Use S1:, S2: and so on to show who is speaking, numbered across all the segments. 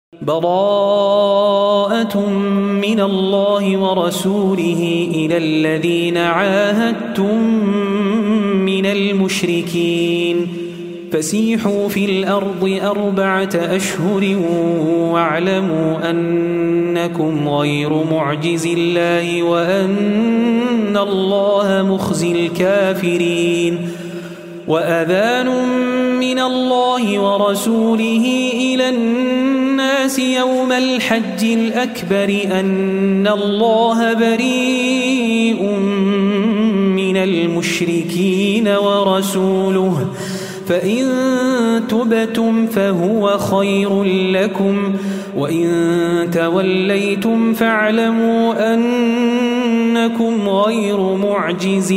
S1: براءة من الله ورسوله إلى الذين عاهدتم من المشركين فسيحوا في الأرض 4 أشهر واعلموا أنكم غير معجز الله وأن الله مخزي الكافرين وأذان من الله ورسوله إلى الناس يوم الحج الأكبر أن الله بريء من المشركين ورسوله فإن تبتم فهو خير لكم وإن توليتم فاعلموا أنكم غير معجز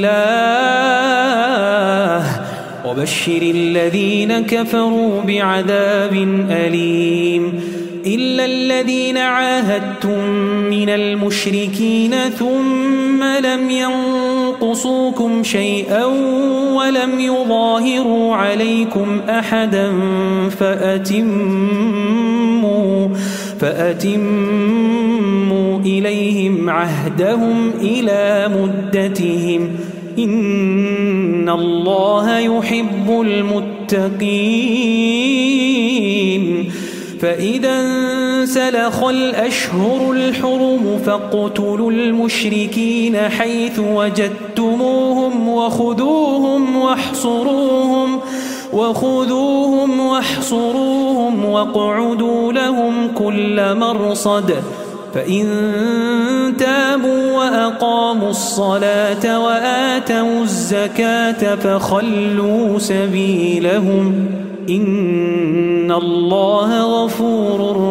S1: الله وبشر الذين كفروا بعذاب أليم إلا الذين عاهدتم من المشركين ثم لم ينقصوكم شيئا ولم يظاهروا عليكم أحدا فأتموا إليهم عهدهم إلى مدتهم إن الله يحب المتقين فإذا انسلخ الأشهر الحرم فاقتلوا المشركين حيث وجدتموهم وخذوهم واحصروهم واقعدوا لهم كل مرصد فإن تابوا وأقاموا الصلاة وآتوا الزكاة فخلوا سبيلهم إن الله غفور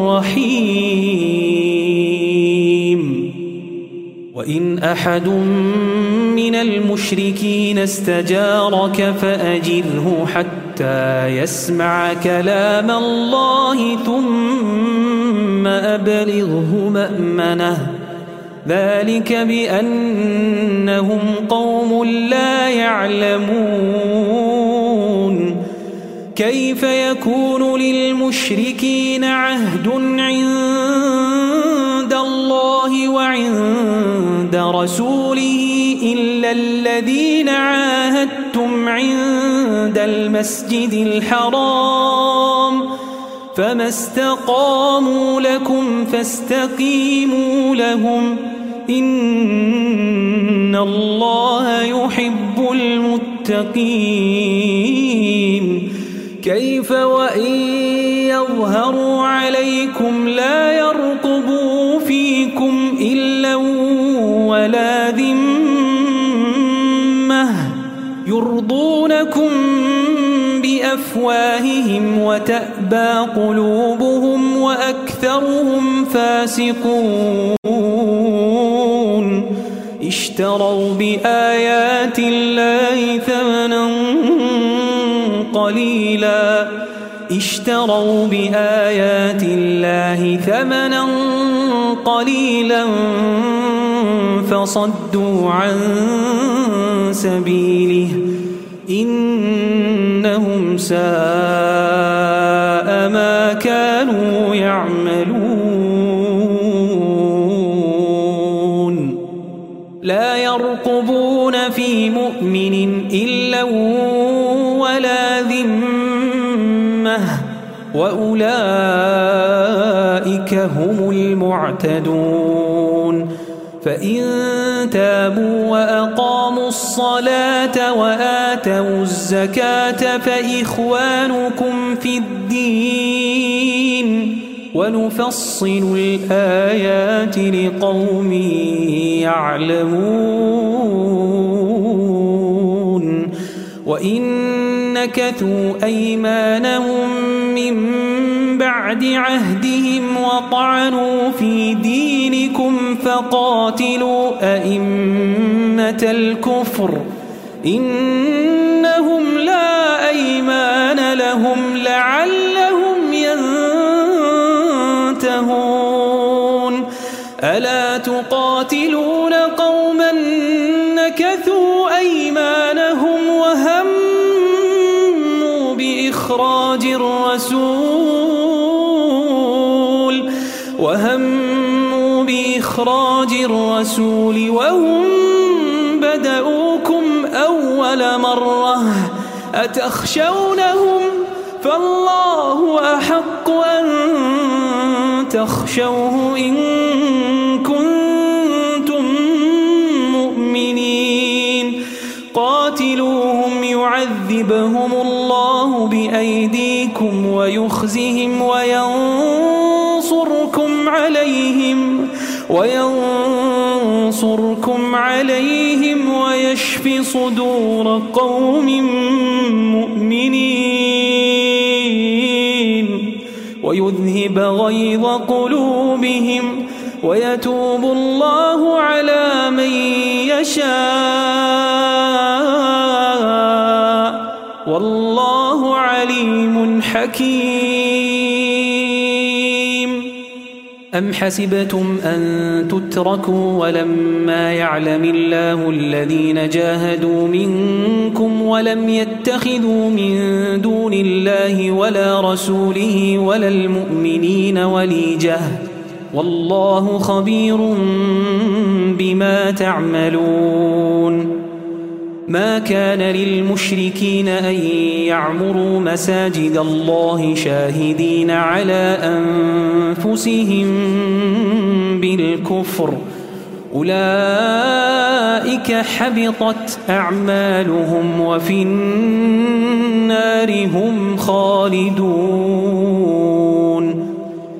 S1: رحيم وإن أحد من المشركين استجارك فأجره حتى يسمع كلام الله ثم أبلغه مأمنه ذلك بأنهم قوم لا يعلمون كيف يكون للمشركين عهد عند الله وعند رسوله إلا الذين عاهدتم عند المسجد الحرام فما استقاموا لكم فاستقيموا لهم إن الله يحب المتقين كيف وإن يظهروا عليكم لا يرقبوا فيكم إلا ولا ذمة يرضونكم بأفواههم وتأبى قلوبهم وأكثرهم فاسقون اشتروا بآيات الله ثمنا قليلا فصدوا عن سبيله إنهم ساء ما كانوا يعملون لا يرقبون في مؤمن إلا ولا ذمة وأولئك هم المعتدون فإن تابوا وأقاموا الصلاة وآتوا الزكاة فإخوانكم في الدين ونفصل الآيات لقوم يعلمون وإن نكثوا أيمانهم من بعد عهدهم وطعنوا في دينكم فقاتلوا أئمة الكفر إنهم لا أيمان لهم لعلهم ينتهون ألا تقاتلون قوما نكثوا أيمانهم وهموا بإخراج الرسول وهموا بإخراج الرسول وهم بدؤوكم أول مرة أتخشونهم فالله أحق أن تخشوه إن كنتم مؤمنين قاتلوهم يعذبهم الله بأيديكم ويخزهم وينصركم عليهم ويشف صدور قوم مؤمنين ويذهب غيظ قلوبهم ويتوب الله على من يشاء والله عليم حكيم. أم حسبتم أن تتركوا ولما يعلم الله الذين جاهدوا منكم ولم يتخذوا من دون الله ولا رسوله ولا المؤمنين وليجة والله خبير بما تعملون. ما كان للمشركين أن يعمروا مساجد الله شاهدين على أنفسهم بالكفر أولئك حبطت أعمالهم وفي النار هم خالدون.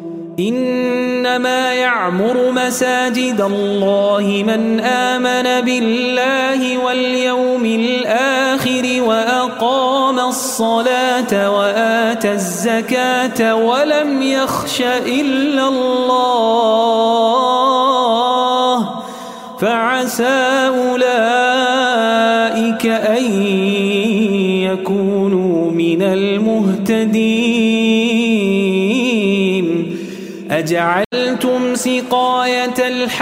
S1: إنما يعمر مساجد الله من آمن بالله واليوم الآخر وأقام الصلاة وآتى الزكاة ولم يخش إلا الله فعسى أولئك أن يكونوا من المهتدين. أجعلتم سقاية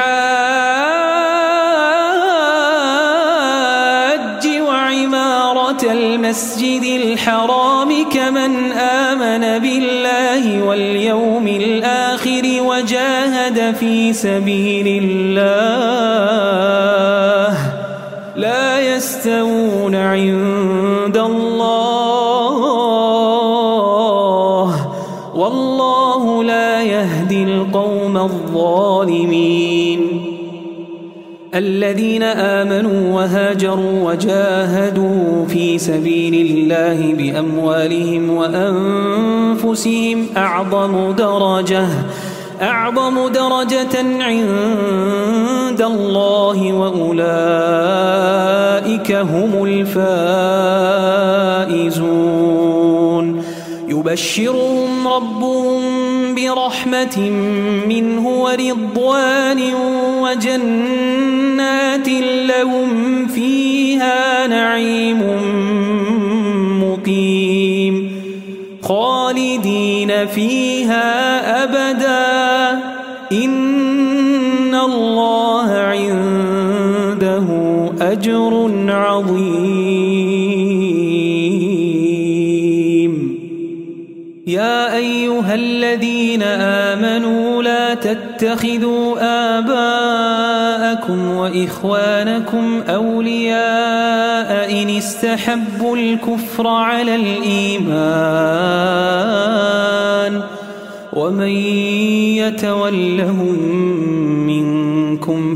S1: الحاج وعمارة المسجد الحرام كمن آمن بالله واليوم الآخر وجاهد في سبيل الله لا يستوون عند الله والله لا يهدي القوم الظالمين. الذين آمنوا وهاجروا وجاهدوا في سبيل الله بأموالهم وأنفسهم أعظم درجة عند الله وأولئك هم الفائزون. يبشرهم ربهم برحمة منه ورضوان وجنات لهم فيها نعيم مقيم خالدين فيها أبدا إن الله عنده أجر عظيم. يا أيها الذين آمنوا لا تتخذوا آباءكم وإخوانكم أولياء إن استحبوا الكفر على الإيمان ومن يتولهم منكم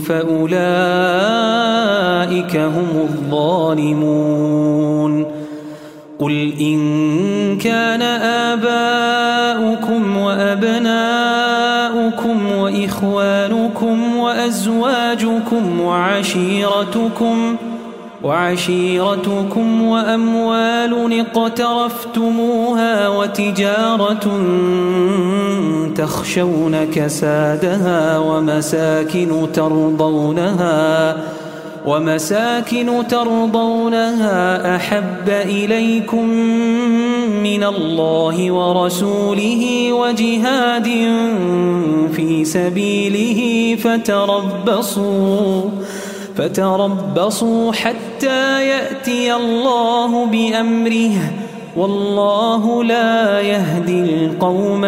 S1: فأولئك هم الظالمون. قل إن كان آباؤكم وأبناؤكم وإخوانكم وأزواجكم وعشيرتكم وأموال اقترفتموها وتجارة تخشون كسادها ومساكن ترضونها أحب إليكم من الله ورسوله وجهاد في سبيله فتربصوا حتى يأتي الله بأمره والله لا يهدي القوم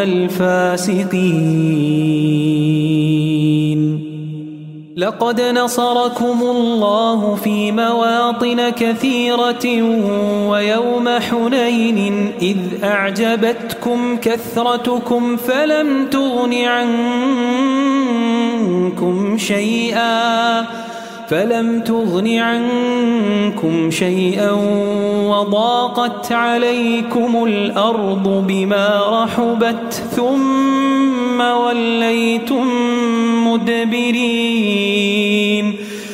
S1: الفاسقين. لقد نصركم الله في مواطن كثيرة ويوم حنين إذ أعجبتكم كثرتكم فلم تغن عنكم شيئا وضاقت عليكم الأرض بما رحبت ثم وليتم مدبرين.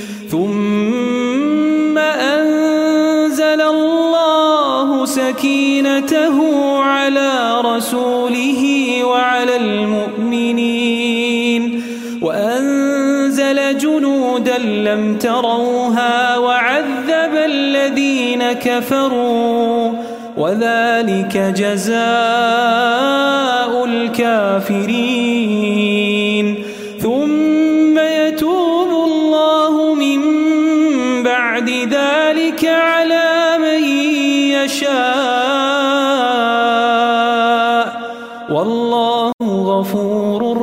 S1: ثم أنزل الله سكينته على رسوله وعلى المؤمنين وأنزل جنودا لم تروها وعذب الذين كفروا وذلك جزاء الكافرين. ثم يتوب الله من بعد ذلك على من يشاء والله غفور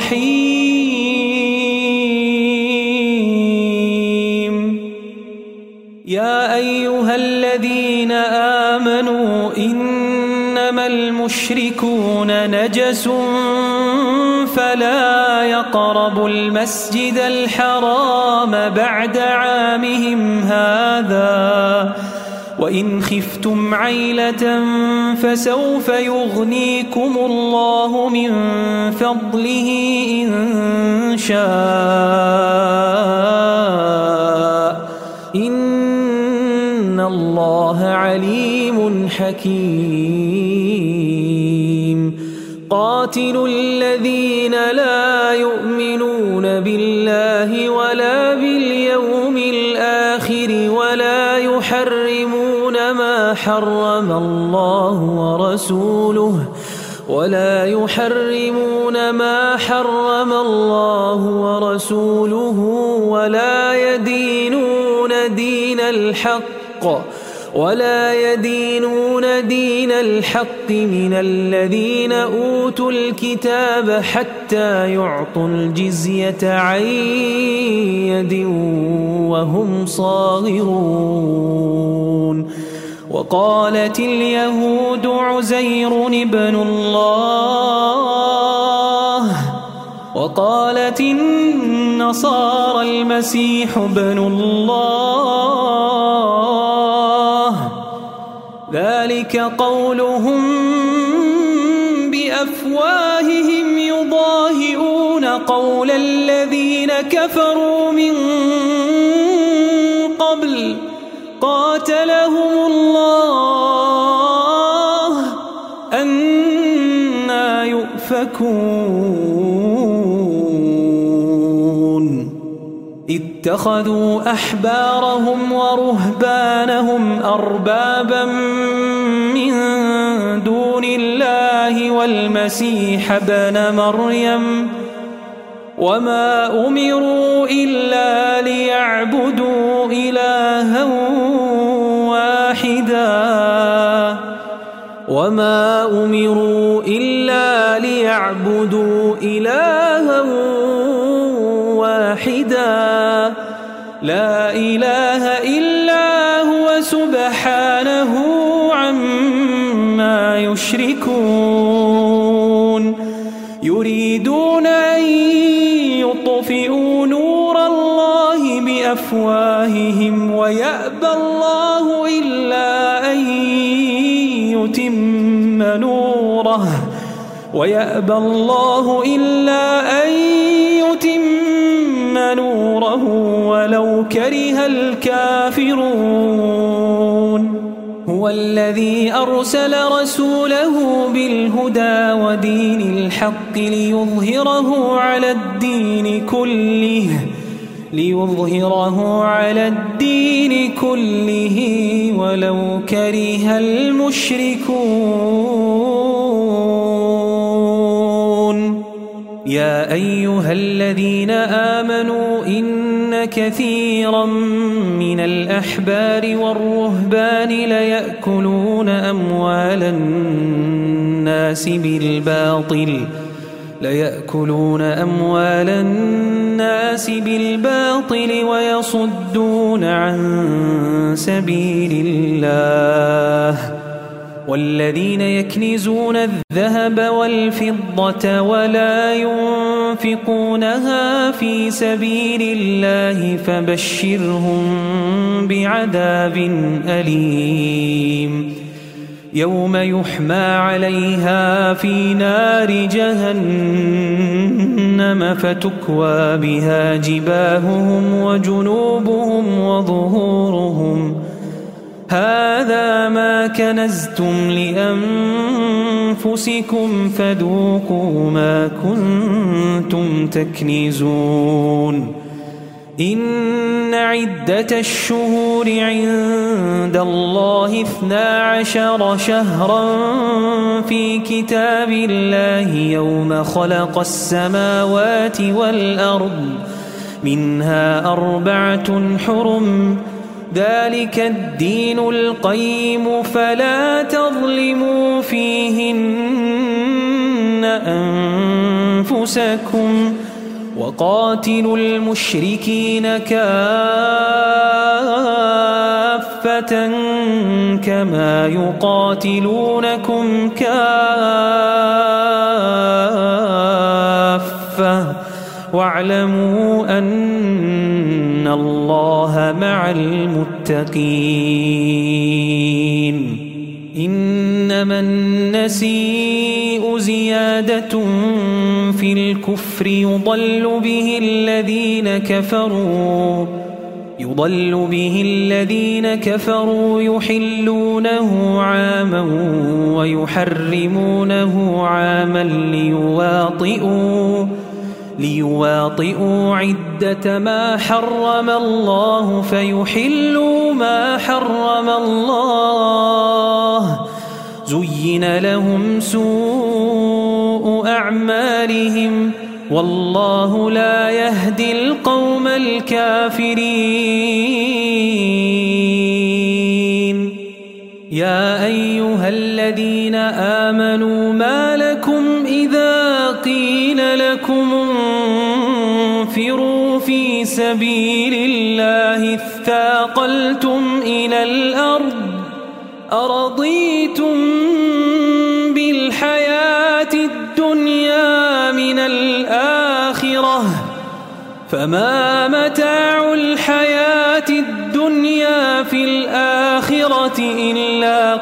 S1: رحيم. يا أيها الذين آمنوا إنما المشركون نجس فلا يقربوا المسجد الحرام بعد عامهم هذا وإن خفتم عيلة فسوف يغنيكم الله من فضله إن شاء إن الله عليم حكيم. قاتلوا الذين لا يؤمنون بالله ولا باليوم الآخر ولا يحرمون ما حرم الله ورسوله ولا يدينون دين الحق من الذين أوتوا الكتاب حتى يعطوا الجزية عن يد وهم صاغرون. وقالت اليهود عزير ابن الله وقالت النصارى المسيح ابن الله ذلك قولهم بأفواههم يضاهئون قول الذين كفروا من قبل قاتلهم الله أنى يؤفكون. اتخذوا أحبارهم ورهبانهم أربابا من دون الله والمسيح ابن مريم وما أمروا إلا ليعبدوا إلها واحدا لا إله إلا هو سبحانه عما يشركون. يريدون أن يطفئوا نور الله بأفواههم ويأبى الله إلا أن يتم نوره ولو كره الكافرون. هو الذي أرسل رسوله بالهدى ودين الحق ليظهره على الدين كله ولو كره المشركون. يا أيها الذين آمنوا إن كثيرا من الأحبار والرهبان ليأكلون أموال الناس بالباطل ويصدون عن سبيل الله والذين يكنزون الذهب والفضة ولا ينفقونها في سبيل الله فبشرهم بعذاب أليم يوم يحمى عليها في نار جهنم فتكوى بها جباههم وجنوبهم وظهورهم هذا ما كنزتم لأنفسكم فذوقوا ما كنتم تكنزون إن عدة الشهور عند الله 12 شهرا في كتاب الله يوم خلق السماوات والأرض منها 4 حرم ذلك الدين القيم فلا تظلموا فيهن أنفسكم وقاتلوا المشركين كافة كما يقاتلونكم كافة واعلموا أن الله مع المتقين إنما النسيء زيادة في الكفر يضل به الذين كفروا يحلونه عاما ويحرمونه عاما ليواطئوا عدة ما حرم الله فيحلوا ما حرم الله زين لهم سوء أعمالهم والله لا يهدي القوم الكافرين يا أيها الذين آمنوا ما لكم إذا قيل لكم انفروا في سبيل الله اثاقلتم إلى الأرض أرضيتم بالحياة الدنيا من الآخرة فما متاع الحياة الدنيا في الآخرة إلا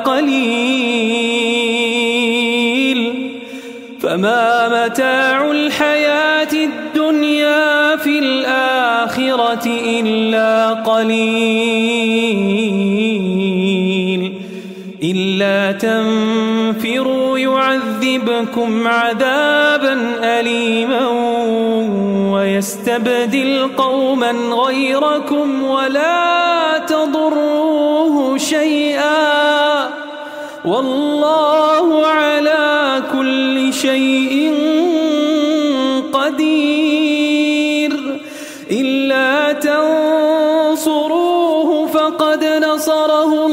S1: قليل فما متاع الحياة الدنيا في الآخرة إلا قليل إلا تنفروا يعذبكم عذابا أليما ويستبدل قوما غيركم ولا تضروه شيئا والله على كل شيء قدير إلا تنصروه فقد نصره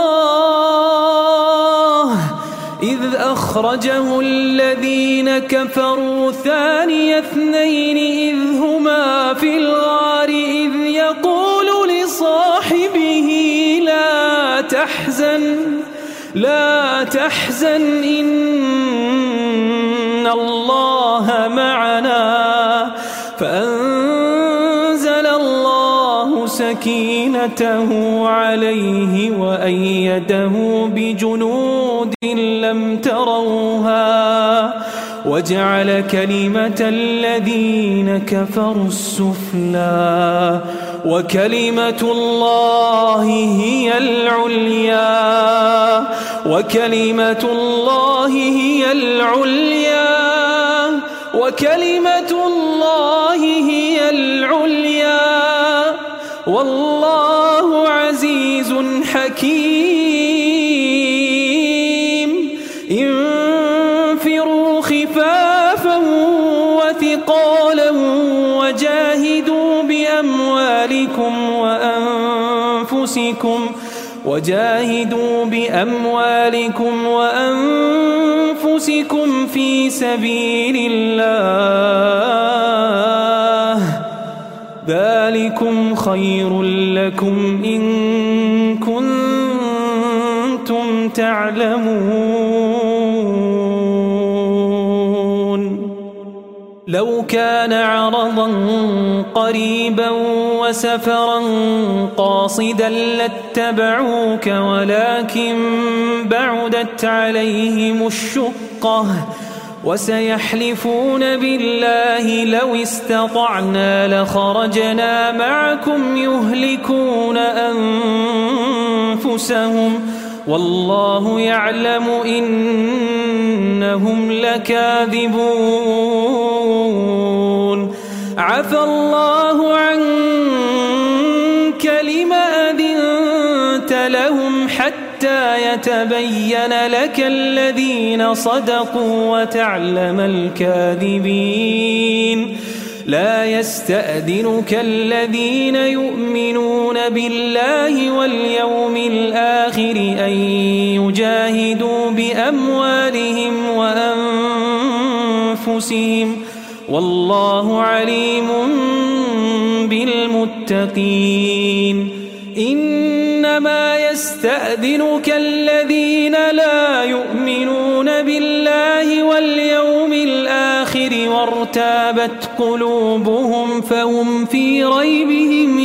S1: الله إذ أخرجه الذين كفروا ثاني اثنين إذ هما في الغار إذ يقول لصاحبه لا تحزن إن الله معنا فأنزل الله سكينته عليه وأيده بجنود لم تروها وجعل كلمة الذين كفروا السفلى وكلمة الله هي العليا والله عزيز حكيم انفروا خفافا وثقالا وجاهدوا بأموالكم وأنفسكم في سبيل الله ذلكم خير لكم إن كنتم تعلمون. لو كان عرضا قريبا وسفرا قاصدا لاتبعوك ولكن بعدت عليهم الشقة وسيحلفون بالله لو استطعنا لخرجنا معكم يهلكون أنفسهم والله يعلم إنهم لكاذبون. عفى الله عنك لم أذنت لهم حتى يتبين لك الذين صدقوا وتعلم الكاذبين. لا يستأذنك الذين يؤمنون بالله واليوم الآخر أن يجاهدوا بأموالهم وأنفسهم والله عليم بالمتقين. إنما يستأذنك الذين لا يؤمنون بالله واليوم الآخر وارتابت قلوبهم فهم في ريبهم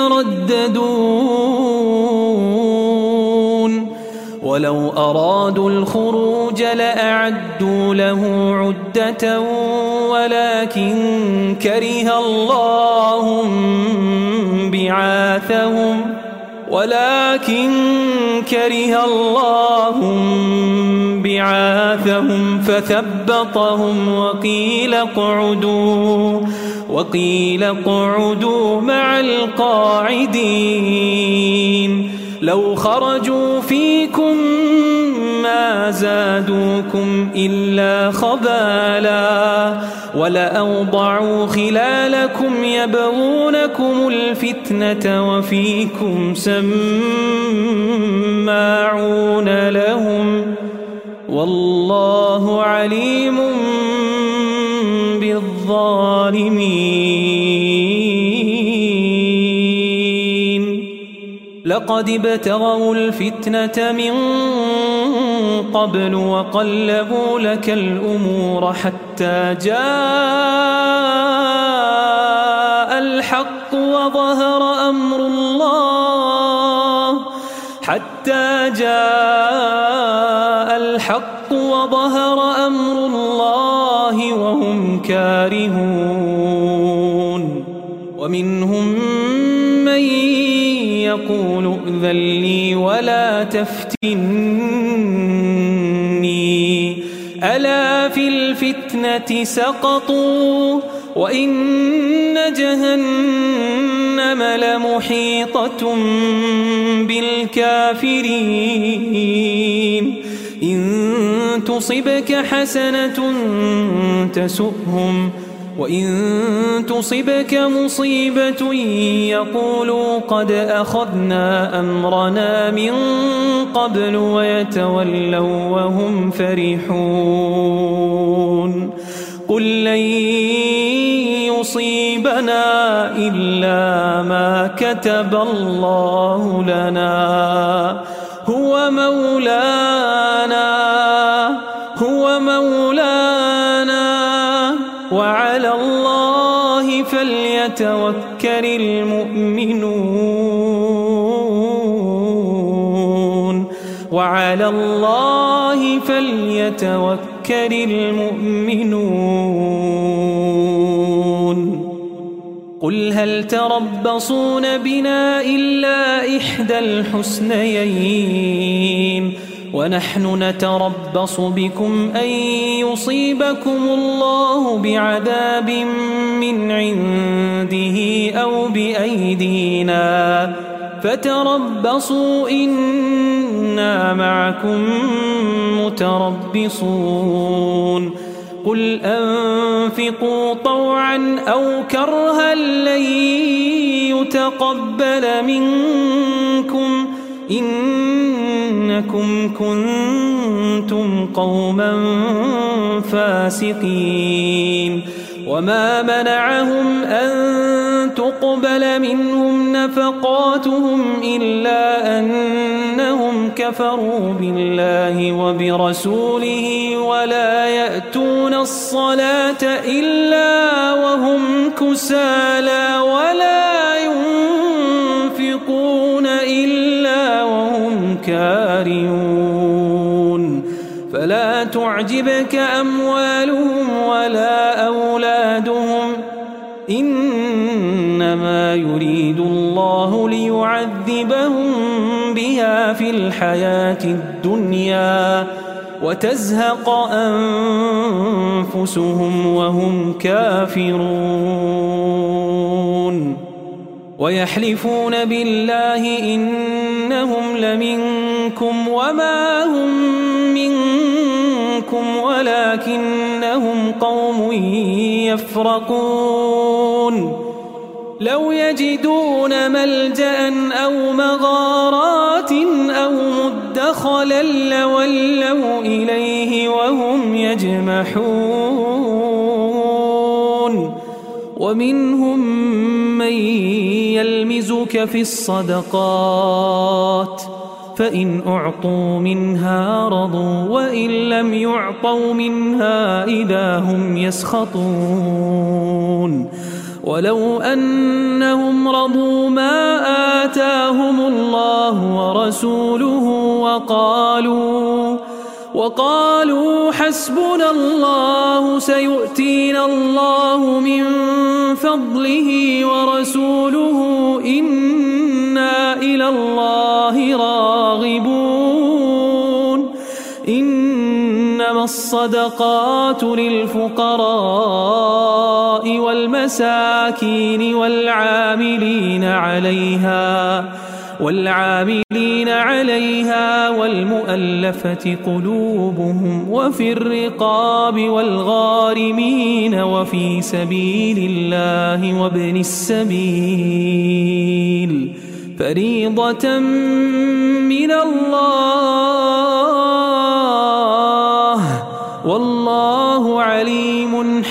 S1: يترددون. ولو أرادوا الخروج لأعدوا له عدة ولكن كره الله بعاثهم فثبطهم وقيل اقعدوا مع القاعدين. لو خرجوا فيكم ما زادوكم إلا خبالا ولأوضعوا خلالكم يبغونكم الفتنة وفيكم سماعون لهم والله عليم بالظالمين. لقد ابتغوا الفتنة من قبل وقلبوا لك الأمور حتى جاء الحق وظهر أمر الله وهم كارهون. ومنهم من يقول ائذن لي ولا تفتني ألا في الفتنة سقطوا وإن جهنم لمحيطة بالكافرين. إن تصبك حسنة تسؤهم وإن تصبك مصيبة يقولوا قد أخذنا أمرنا من قبل ويتولوا وهم فرحون. قل لن يصيبنا إلا ما كتب الله لنا هو مولانا وعلى الله فليتوكل المؤمنون. قل هل تربصون بنا إلا إحدى الحسنيين ونحن نتربص بكم أن يصيبكم الله بعذاب من عنده أو بأيدينا فتربصوا إنا معكم متربصون. قل أنفقوا طوعا أو كرها لن يتقبل منكم إنكم كنتم قوما فاسقين وما منعهم أن تقبل منهم نفقاتهم إلا أنهم كفروا بالله وبرسوله ولا يأتون الصلاة إلا وهم كسالى ولا ينفقون إلا وهم كارهون فلا تعجبك أموالهم ولا أولادهم إنما يريد الله ليعذبهم بها في الحياة الدنيا وتزهق أنفسهم وهم كافرون ويحلفون بالله إنهم لمنكم وما هم منكم ولكنهم قوم يفرقون لو يجدون ملجأ أو مغارات أو مدخلا لولوا إليه وهم يجمحون ومنهم من يلمزك في الصدقات فإن أعطوا منها رضوا وإن لم يعطوا منها إذا هم يسخطون ولو أنهم رضوا ما آتاهم الله ورسوله وقالوا حسبنا الله سيؤتينا الله من فضله ورسوله إنا إلى الله راغبون إنما الصدقات للفقراء والمساكين والعاملين عليها والمؤلفة قلوبهم وفي الرقاب والغارمين وفي سبيل الله وابن السبيل فريضة من الله والله عليم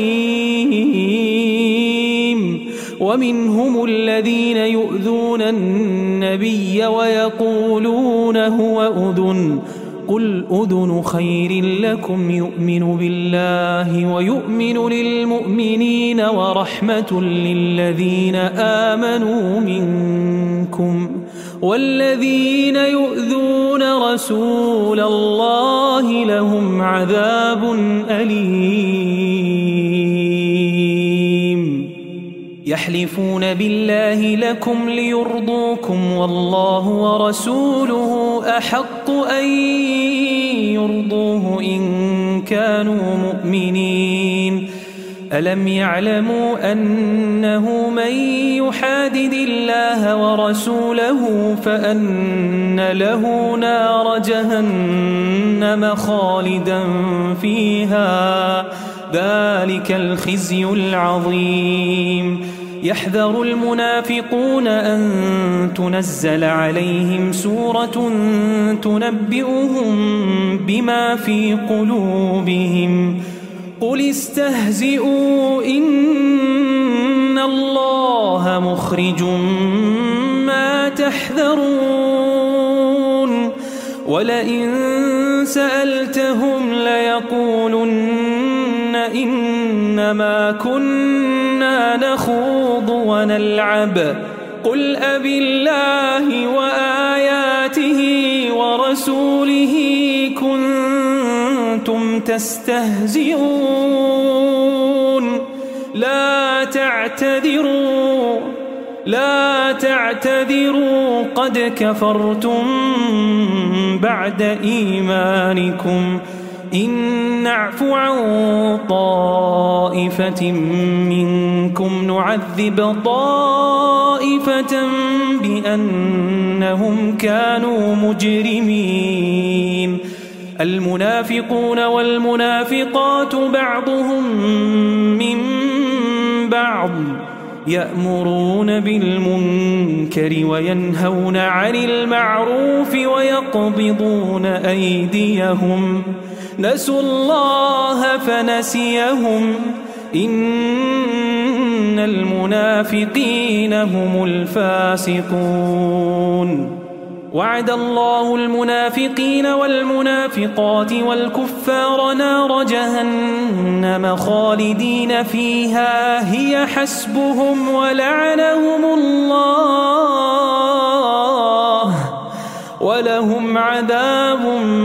S1: حكيم ومنهم الذين يؤذون النبي ويقولون هو أذن قل أذن خير لكم يؤمن بالله ويؤمن للمؤمنين ورحمة للذين آمنوا منكم والذين يؤذون رسول الله لهم عذاب أليم يحلفون بالله لكم ليرضوكم والله ورسوله أحق أن يرضوه إن كانوا مؤمنين ألم يعلموا أنه من يحادد الله ورسوله فأن له نار جهنم خالدا فيها ذلك الخزي العظيم يحذر المنافقون أن تنزل عليهم سورة تنبئهم بما في قلوبهم قل استهزئوا إن الله مخرج ما تحذرون ولئن سألتهم ليقولن إنما كنا نخوض ونلعب قل أبالله وآياته ورسوله كنتم تستهزئون لا تعتذروا قد كفرتم بعد إيمانكم إن نعف عن طائفة منكم نعذب طائفة بأنهم كانوا مجرمين المنافقون والمنافقات بعضهم من بعض يأمرون بالمنكر وينهون عن المعروف ويقبضون أيديهم نسوا الله فنسيهم إن المنافقين هم الفاسقون وعد الله المنافقين والمنافقات والكفار نار جهنم خالدين فيها هي حسبهم ولعنهم الله ولهم عذاب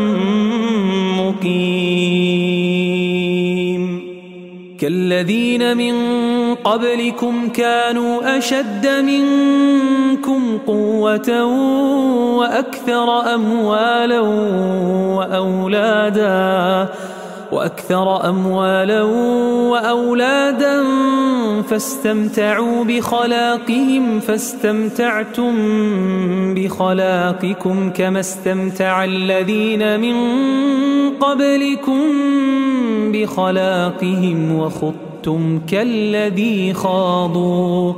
S1: مقيم كالذين من قبلكم كانوا أشد منكم قوة وأكثر أموالا وأولادا فاستمتعوا بخلاقهم فاستمتعتم بخلاقكم كما استمتع الذين من قبلكم بخلاقهم وخضتم كالذي خاضوا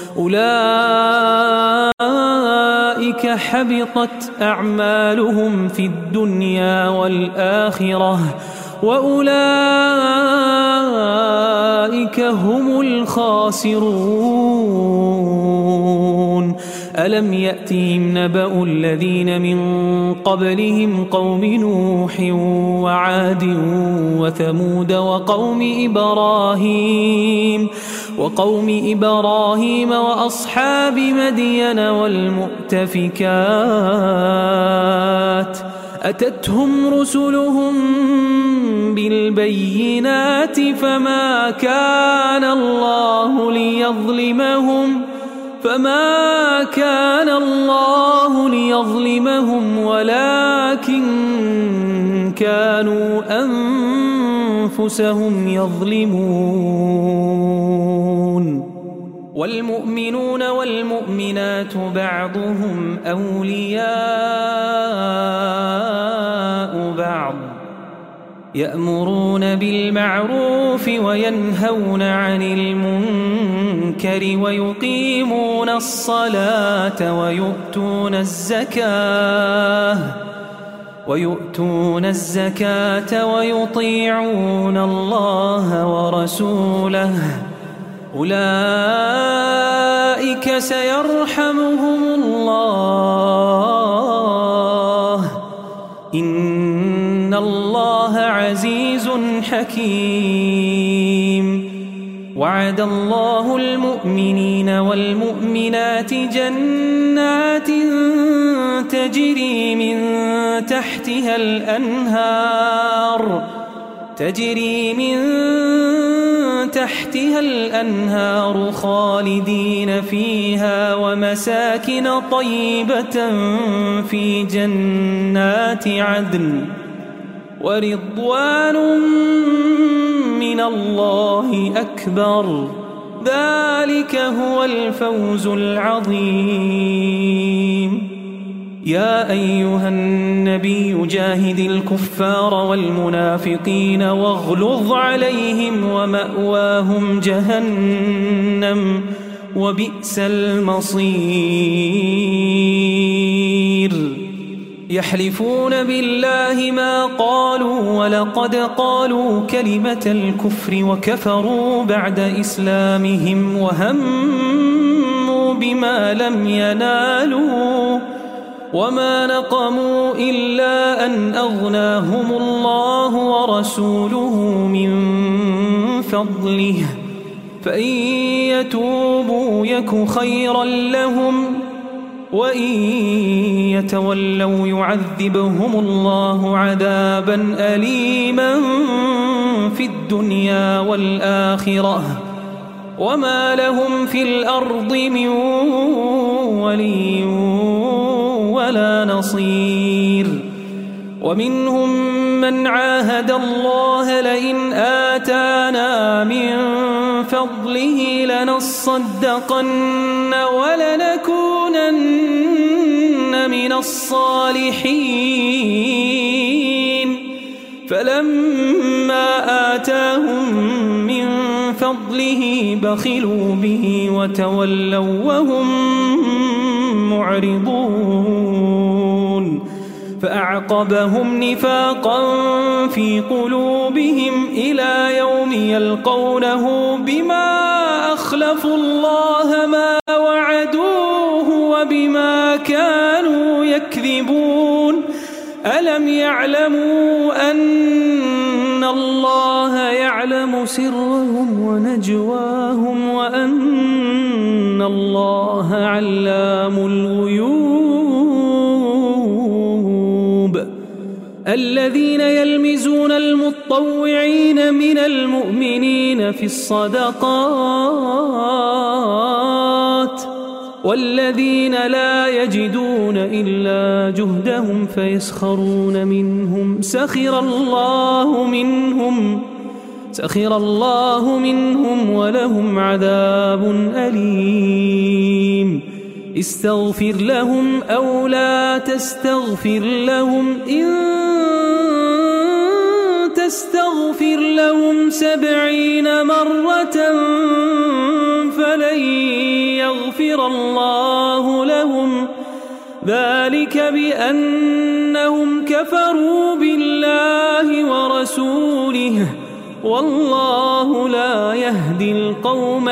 S1: أولئك حبطت أعمالهم في الدنيا والآخرة وأولئك هم الخاسرون ألم يأتهم نبأ الذين من قبلهم قوم نوح وعاد وثمود وقوم إبراهيم وأصحاب مدين والمؤتفكات أتتهم رسلهم بالبينات فما كان الله ليظلمهم ولكن كانوا أنفسهم يظلمون والمؤمنون والمؤمنات بعضهم أولياء بعض يأمرون بالمعروف وينهون عن المنكر ويقيمون الصلاة ويؤتون الزكاة ويطيعون الله ورسوله أولئك سيرحمهم الله إن الله عزيز حكيم وعد الله المؤمنين والمؤمنات جنات تجري من تحتها الأنهار خالدين فيها ومساكن طيبة في جنات عدن ورضوان من الله أكبر ذلك هو الفوز العظيم يا أيها النبي جاهد الكفار والمنافقين واغلظ عليهم ومأواهم جهنم وبئس المصير يحلفون بالله ما قالوا ولقد قالوا كلمة الكفر وكفروا بعد إسلامهم وهموا بما لم ينالوا وما نقموا إلا أن أغناهم الله ورسوله من فضله فإن يتوبوا يك خيرا لهم وإن يتولوا يعذبهم الله عذابا أليما في الدنيا والآخرة وما لهم في الأرض من ولي ولا نصير ومنهم من عاهد الله لئن آتانا من فضله لنصدقن ولنكونن من الصالحين فلما آتاهم من فضله بخلوا به وتولوا وهم معرضون فأعقبهم نفاقا في قلوبهم إلى يوم يلقونه بما أخلفوا الله ما وعدوه وبما كانوا يكذبون ألم يعلموا أن الله يعلم سرهم ونجواهم وأن الله علام الغيوب الذين يلمزون المطوعين من المؤمنين في الصدقات والذين لا يجدون إلا جهدهم فيسخرون منهم سخر الله منهم ولهم عذاب أليم استغفر لهم أو لا تستغفر لهم إن تستغفر لهم 70 مرة فلن يغفر الله لهم ذلك بأنهم كفروا بالله ورسوله والله لا يهدي القوم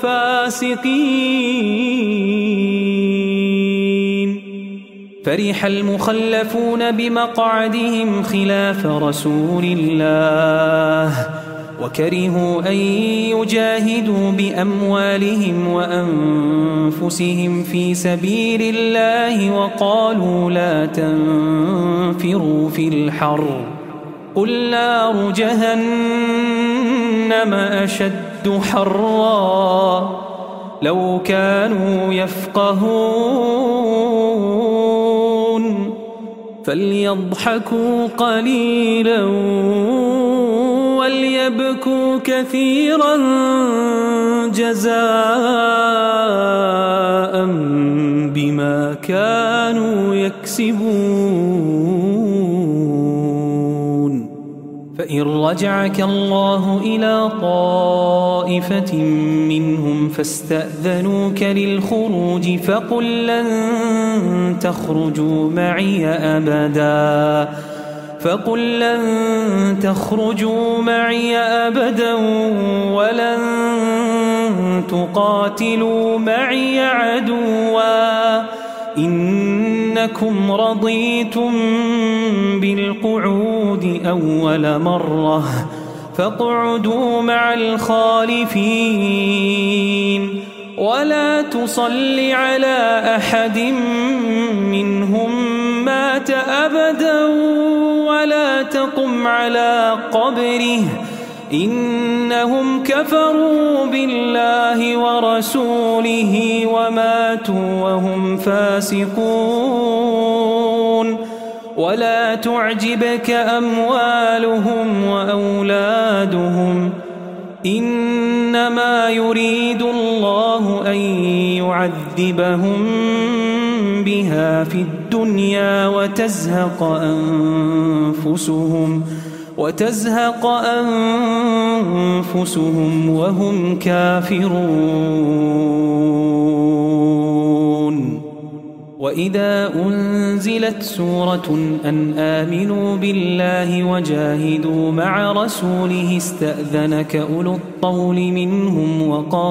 S1: الفاسقين فرح المخلفون بمقعدهم خلاف رسول الله وكرهوا أن يجاهدوا بأموالهم وأنفسهم في سبيل الله وقالوا لا تنفروا في الحر قل نار جهنم أشد حرا لو كانوا يفقهون فليضحكوا قليلا وليبكوا كثيرا جزاء بما كانوا يكسبون فإن رجعك الله إلى طائفة منهم فاستأذنوك للخروج فقل لن تخرجوا معي أبدا ولن تقاتلوا معي عدوا إنكم رضيتم بالقعود أول مرة فاقعدوا مع الخالفين ولا تصل على أحد منهم مات أبدا ولا تقم على قبره إنهم كفروا بالله ورسوله وماتوا وهم فاسقون ولا تعجبك أموالهم وأولادهم إنما يريد الله أن يعذبهم بها في الدنيا وتزهق أنفسهم وهم كافرون وإذا أنزلت سورة أن آمنوا بالله وجاهدوا مع رسوله استأذنك أولو الطول منهم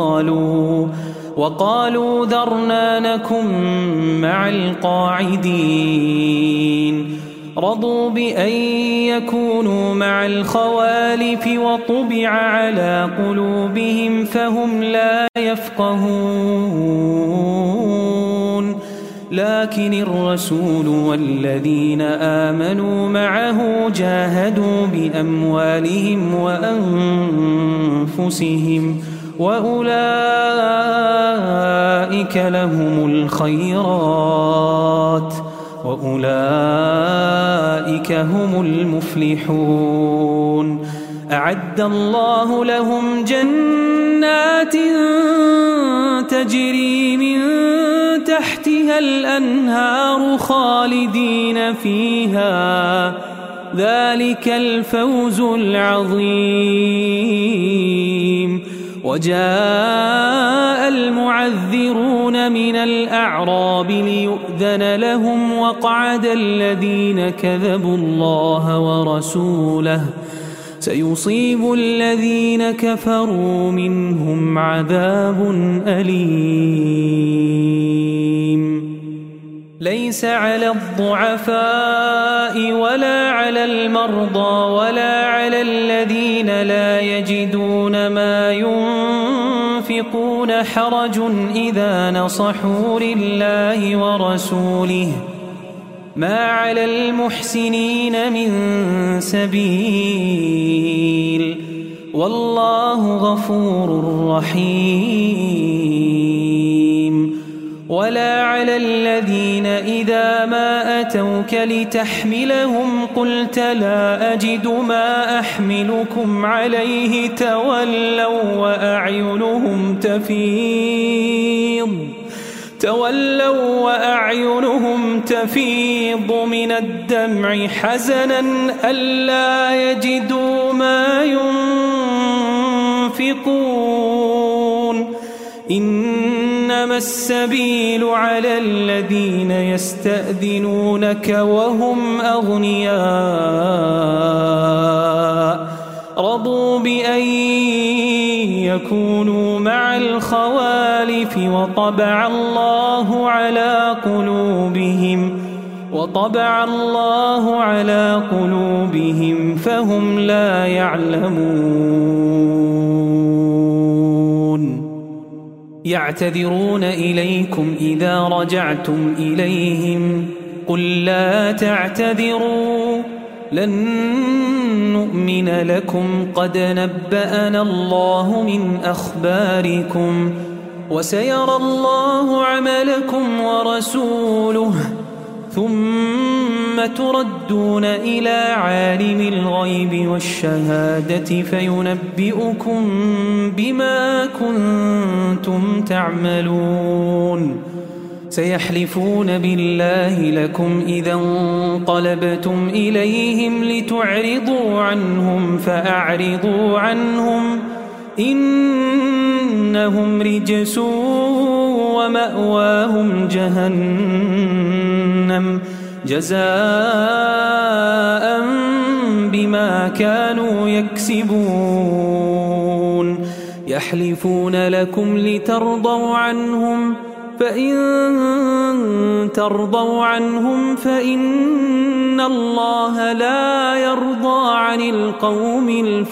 S1: وقالوا ذرنا نكن مع القاعدين رضوا بأن يكونوا مع الخوالف وطبع على قلوبهم فهم لا يفقهون لكن الرسول والذين آمنوا معه جاهدوا بأموالهم وأنفسهم وأولئك لهم الخيرات وأولئك هم المفلحون أعد الله لهم جنات تجري من تحتها الأنهار خالدين فيها ذلك الفوز العظيم. وجاء المعذرون من الأعراب ليؤذن لهم وقعد الذين كذبوا الله ورسوله سيصيب الذين كفروا منهم عذاب أليم. ليس على الضعفاء ولا على المرضى ولا على الذين لا يجدون ما ينفقون حرج إذا نصحوا لله ورسوله ما على المحسنين من سبيل والله غفور رحيم. ولا على الذين إذا ما أتوك لتحملهم قلت لا أجد ما أحملكم عليه تولوا وأعينهم تفيض من الدمع حزنا ألا يجدوا ما ينفقون. إنما السبيل على الذين يستأذنونك وهم أغنياء رضوا بأن يكونوا مع الخوالف وطبع الله على قلوبهم فهم لا يعلمون. يعتذرون إليكم إذا رجعتم إليهم قل لا تعتذروا لن نؤمن لكم قد نبأنا الله من أخباركم وسيرى الله عملكم ورسوله ثم تردون إلى عالم الغيب والشهادة فينبئكم بما كنتم تعملون. سيحلفون بالله لكم إذا انقلبتم إليهم لتعرضوا عنهم فأعرضوا عنهم إنهم رجس ومأواهم جهنم جزاء بما كانوا يكسبون. يحلفون لكم لترضوا عنهم فإن ترضوا عنهم فإن الله لا يرضى عن القوم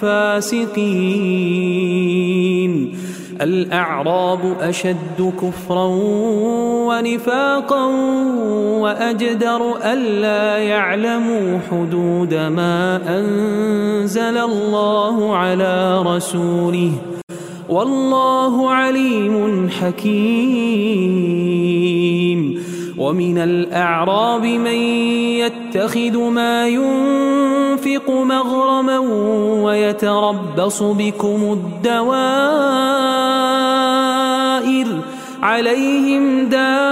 S1: الفاسقين. الأعراب أشد كفرا ونفاقا وأجدر ألا يعلموا حدود ما أنزل الله على رسوله والله عليم حكيم. ومن الأعراب من يتخذ ما ينفق مغرما ويتربص بكم الدوائر عليهم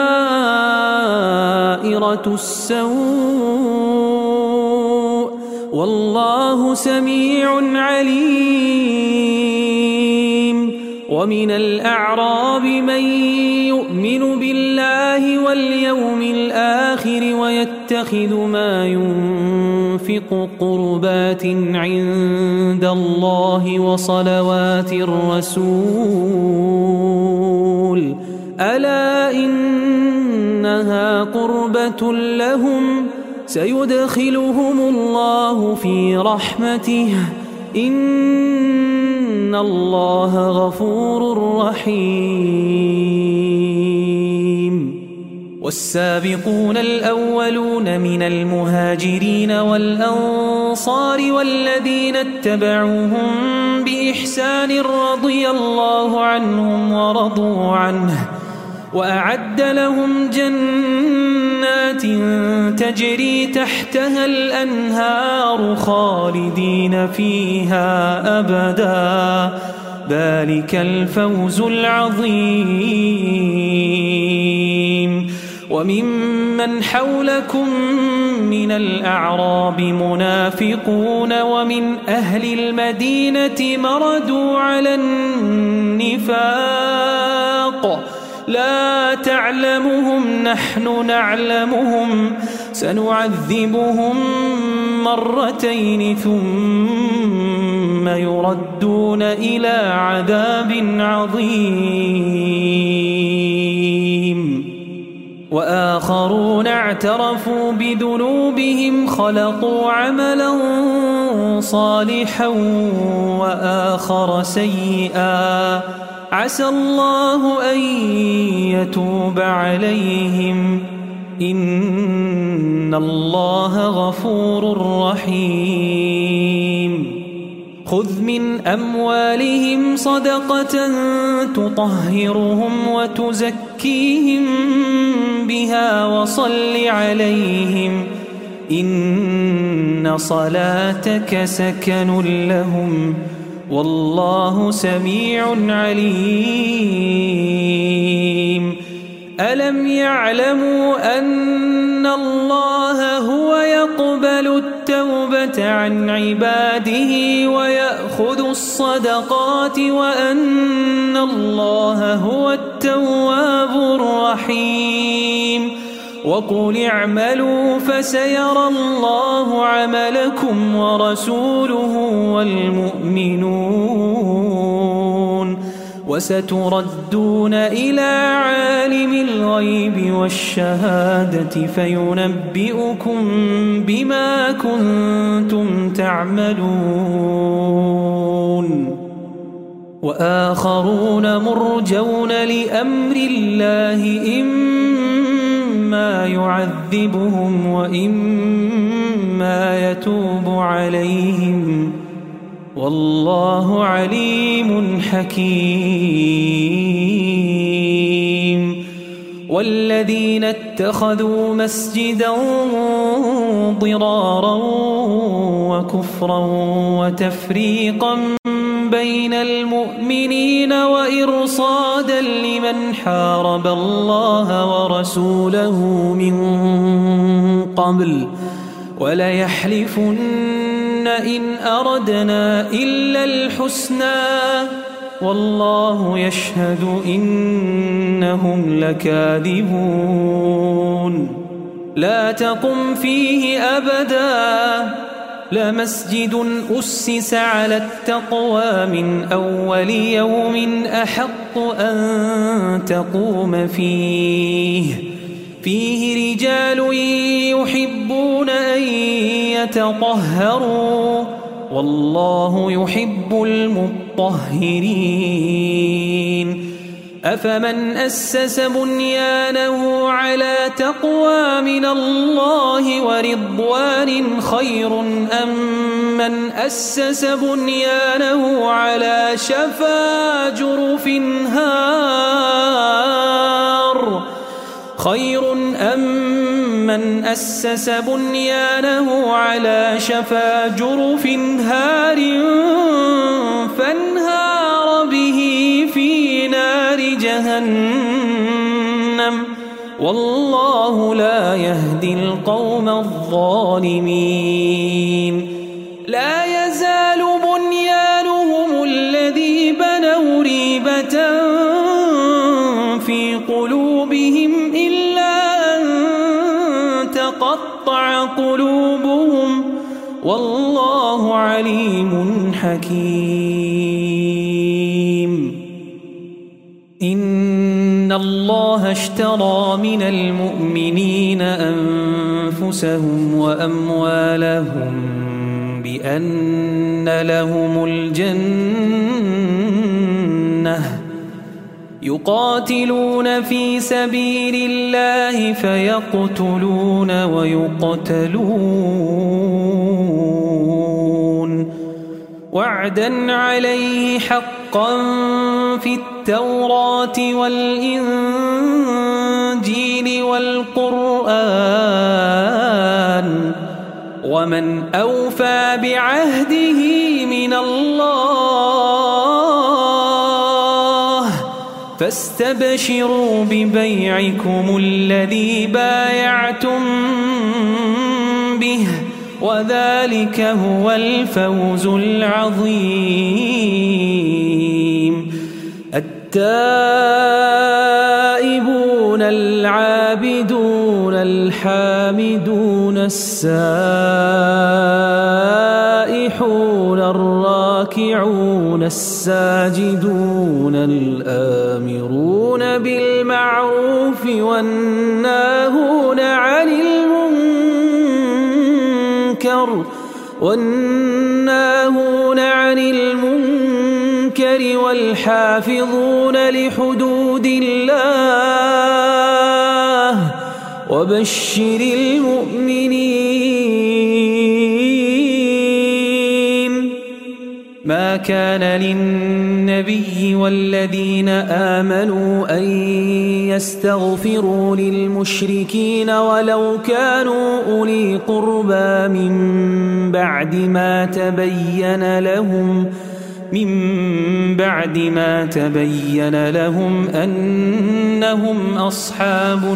S1: دائرة السوء والله سميع عليم. ومن الأعراب من يؤمن بالله واليوم الآخر ويتخذ ما ينفق قربات عند الله وصلوات الرسول ألا إنها قربة لهم سيدخلهم الله في رحمته إن الله غفور رحيم. والسابقون الأولون من المهاجرين والأنصار والذين اتبعوهم بإحسان رضي الله عنهم ورضوا عنه وأعد لهم جنات تجري تحتها الأنهار خالدين فيها أبدا ذلك الفوز العظيم. وممن حولكم من الأعراب منافقون ومن أهل المدينة مردوا على النفاق لا تعلمهم نحن نعلمهم سنعذبهم مرتين ثم يردون إلى عذاب عظيم وآخرون اعترفوا بذنوبهم خلطوا عملا صالحا وآخر سيئا عسى الله أن يتوب عليهم إن الله غفور رحيم خذ من أموالهم صدقة تطهرهم وتزكيهم بها وصل عليهم إن صلاتك سكن لهم والله سميع عليم ألم يعلموا أن الله هو يقبل التوبة عن عباده ويأخذ الصدقات وأن الله هو التواب الرحيم وقل اعملوا فسيرى الله عملكم ورسوله والمؤمنون وستردون إلى عالم الغيب والشهادة فينبئكم بما كنتم تعملون وآخرون مرجون لأمر الله إما يعذبهم وإما يتوب عليهم والله عليم حكيم والذين اتخذوا مسجدا ضرارا وكفرا وتفريقا بين المؤمنين وإرصادا لمن حارب الله ورسوله من قبل وليحلفن إن أردنا إلا الحسنى والله يشهد إنهم لكاذبون لا تقم فيه أبدا لمسجد أسس على التقوى من أول يوم أحق أن تقوم فيه رجال يحبون أن يتطهروا والله يحب المطهرين أفمن أسس بنيانه على تقوى من الله ورضوان خير أم من أسس بنيانه على شفا جرف هار خير أم من أسس بنيانه على شفا جرف هار فانهار به في نار جهنم والله لا يهدي القوم الظالمين لا يزال بنيانهم الذي بنوا ريبة في قلوبهم إلا أن تقطع قلوبهم والله عليم حكيم إن الله اشترى من المؤمنين أنفسهم وأموالهم بأن لهم الجنة يقاتلون في سبيل الله فيقتلون ويقتلون وعدا عليه حقا في التوراة والإنجيل والقرآن ومن أوفى بعهده من الله فاستبشروا ببيعكم الذي بايعتم به وذلك هو الفوز العظيم. التائبون العابدون الحامدون السائحون الراكعون الساجدون الآمرون بالمعروف والناهون عن المنكر والحافظون لحدود الله وبشر المؤمنين. ما كان للنبي والذين آمنوا أن يستغفروا للمشركين ولو كانوا أولي قربى من بعد ما تبين لهم أنهم أصحاب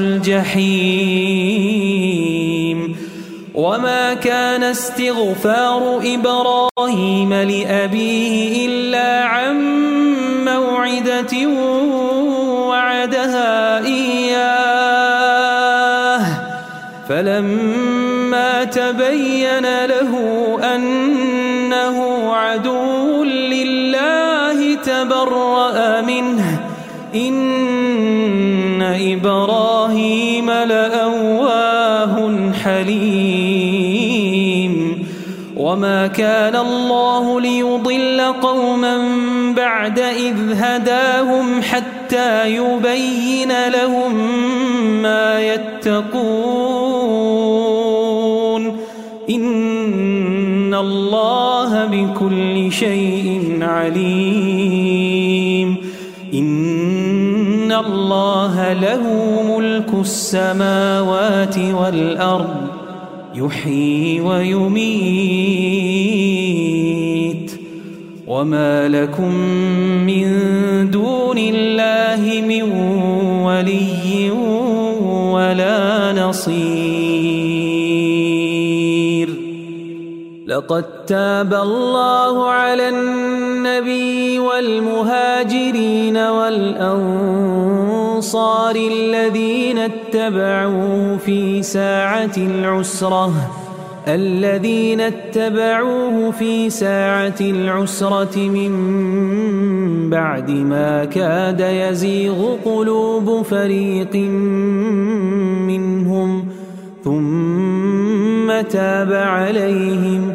S1: الجحيم. وما كان استغفار إبراهيم لأبيه إلا عن موعدة وعدها إياه فلما تبين له أنه عدو لله تبرأ منه إن إبراهيم لأواه حليم. وما كان الله ليضل قوما بعد إذ هداهم حتى يبين لهم ما يتقون إن الله بكل شيء عليم. إن الله له ملك السماوات والأرض يحيي ويميت وما لكم من دون الله من ولي ولا نصير. لقد تاب الله على النبي والمهاجرين والأنصار الذين اتبعوه في ساعة العسرة من بعد ما كاد يزيغ قلوب فريق منهم ثم تاب عليهم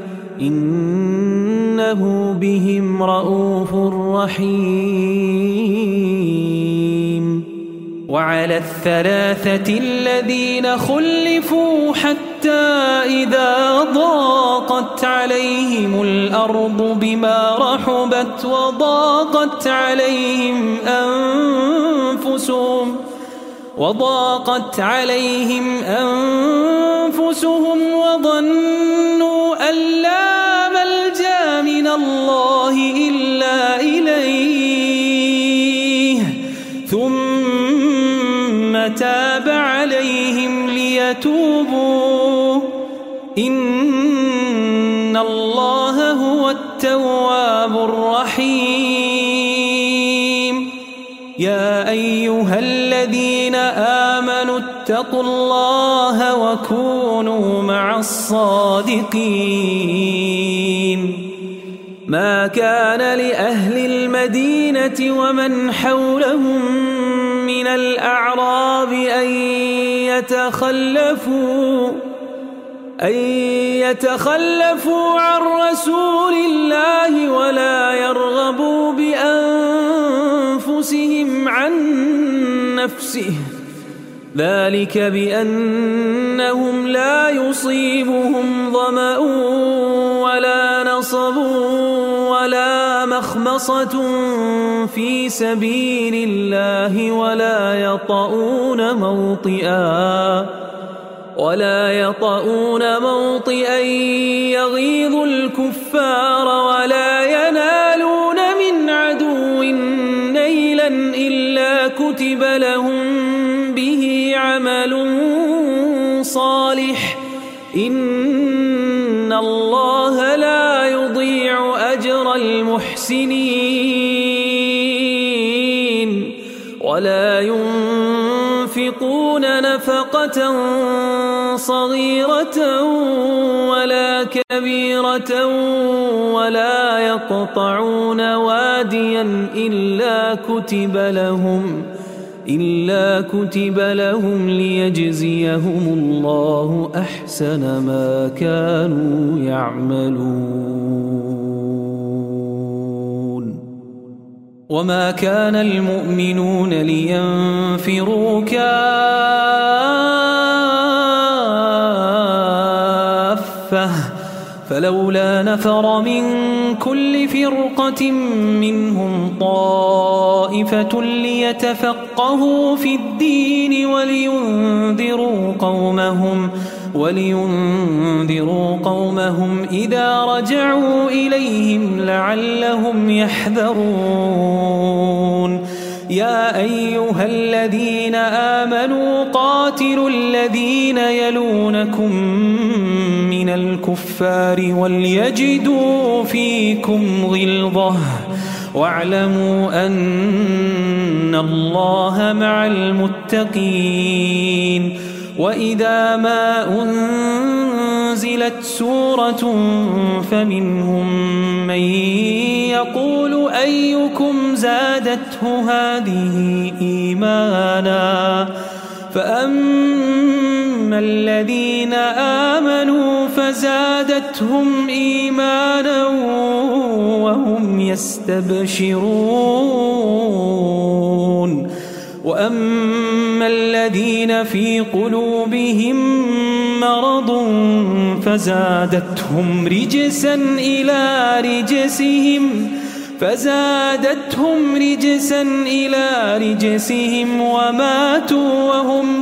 S1: إنه بهم رءوف رحيم. وعلى الثلاثة الذين خلفوا حتى إذا ضاقت عليهم الأرض بما رحبت وضاقت عليهم أنفسهم وظنوا أن لا ملجأ من الله إلا إليه ثم تاب عليهم ليتوبوا إن الله هو التواب الرحيم. يا أيها الذين آمنوا اتقوا الله وكونوا مع الصادقين. ما كان لأهل المدينة ومن حولهم من الأعراب أن يتخلفوا عن رسول الله ولا يرغبوا بأنفسهم عن نفسه ذلك بأنهم لا يصيبهم ظمأ ولا نصب ولا مخمصة في سبيل الله ولا يطؤون موطئا يغيظ الكفار ولا ينالون من عدو سبيلا إلا كتب لهم به عمل صالح إن الله لا يضيع أجر المحسنين ولا ينفقون نفقة صغيرة ولا كبيرة ولا يقطعون واديا إلا كتب لهم ليجزيهم الله أحسن ما كانوا يعملون وما كان المؤمنون لينفروا كافة فلولا نفر من كل فرقة منهم طائفة ليتفقهوا في الدين ولينذروا قومهم إذا رجعوا إليهم لعلهم يحذرون يا أيها الذين آمنوا قاتلوا الذين يلونكم من الكفار وليجدوا فيكم غلظة واعلموا أن الله مع المتقين وإذا ما أنزلت سورة فمنهم من يقول أيكم زادته هذه إيمانا فأما الذين آمنوا فزادتهم إيمانا وهم يستبشرون وأما الذين في قلوبهم مرض فزادتهم رجسا إلى رجسهم وماتوا وهم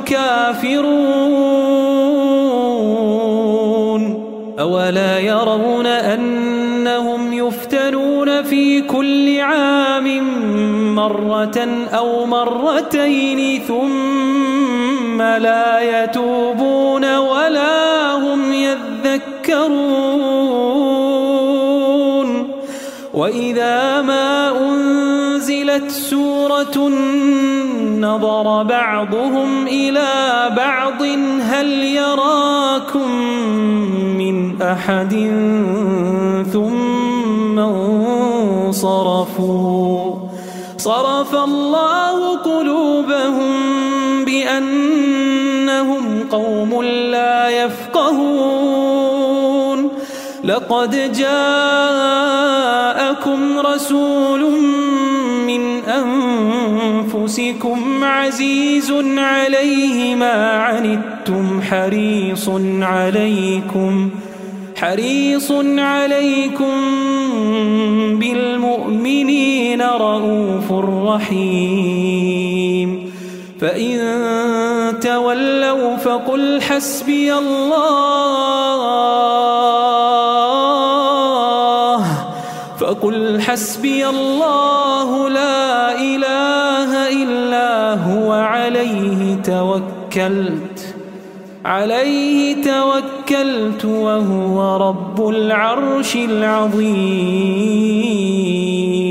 S1: كافرون أولا يرون أنهم يفتنون في كل عام مرة أو مرتين ثم لا يتوبون ولا هم يذكرون وإذا ما أنزلت سورة نظر بعضهم إلى بعض هل يراكم من أحد ثم انصرفوا صرف الله قلوبهم بأنهم قوم لا يفقهون لقد جاءكم رسول من أنفسكم عزيز عليه ما عنتم حريص عليكم بالمؤمنين رؤوف رحيم فإن تولوا فقل حسبي الله لا إله إلا هو عليه توكلت وهو رب العرش العظيم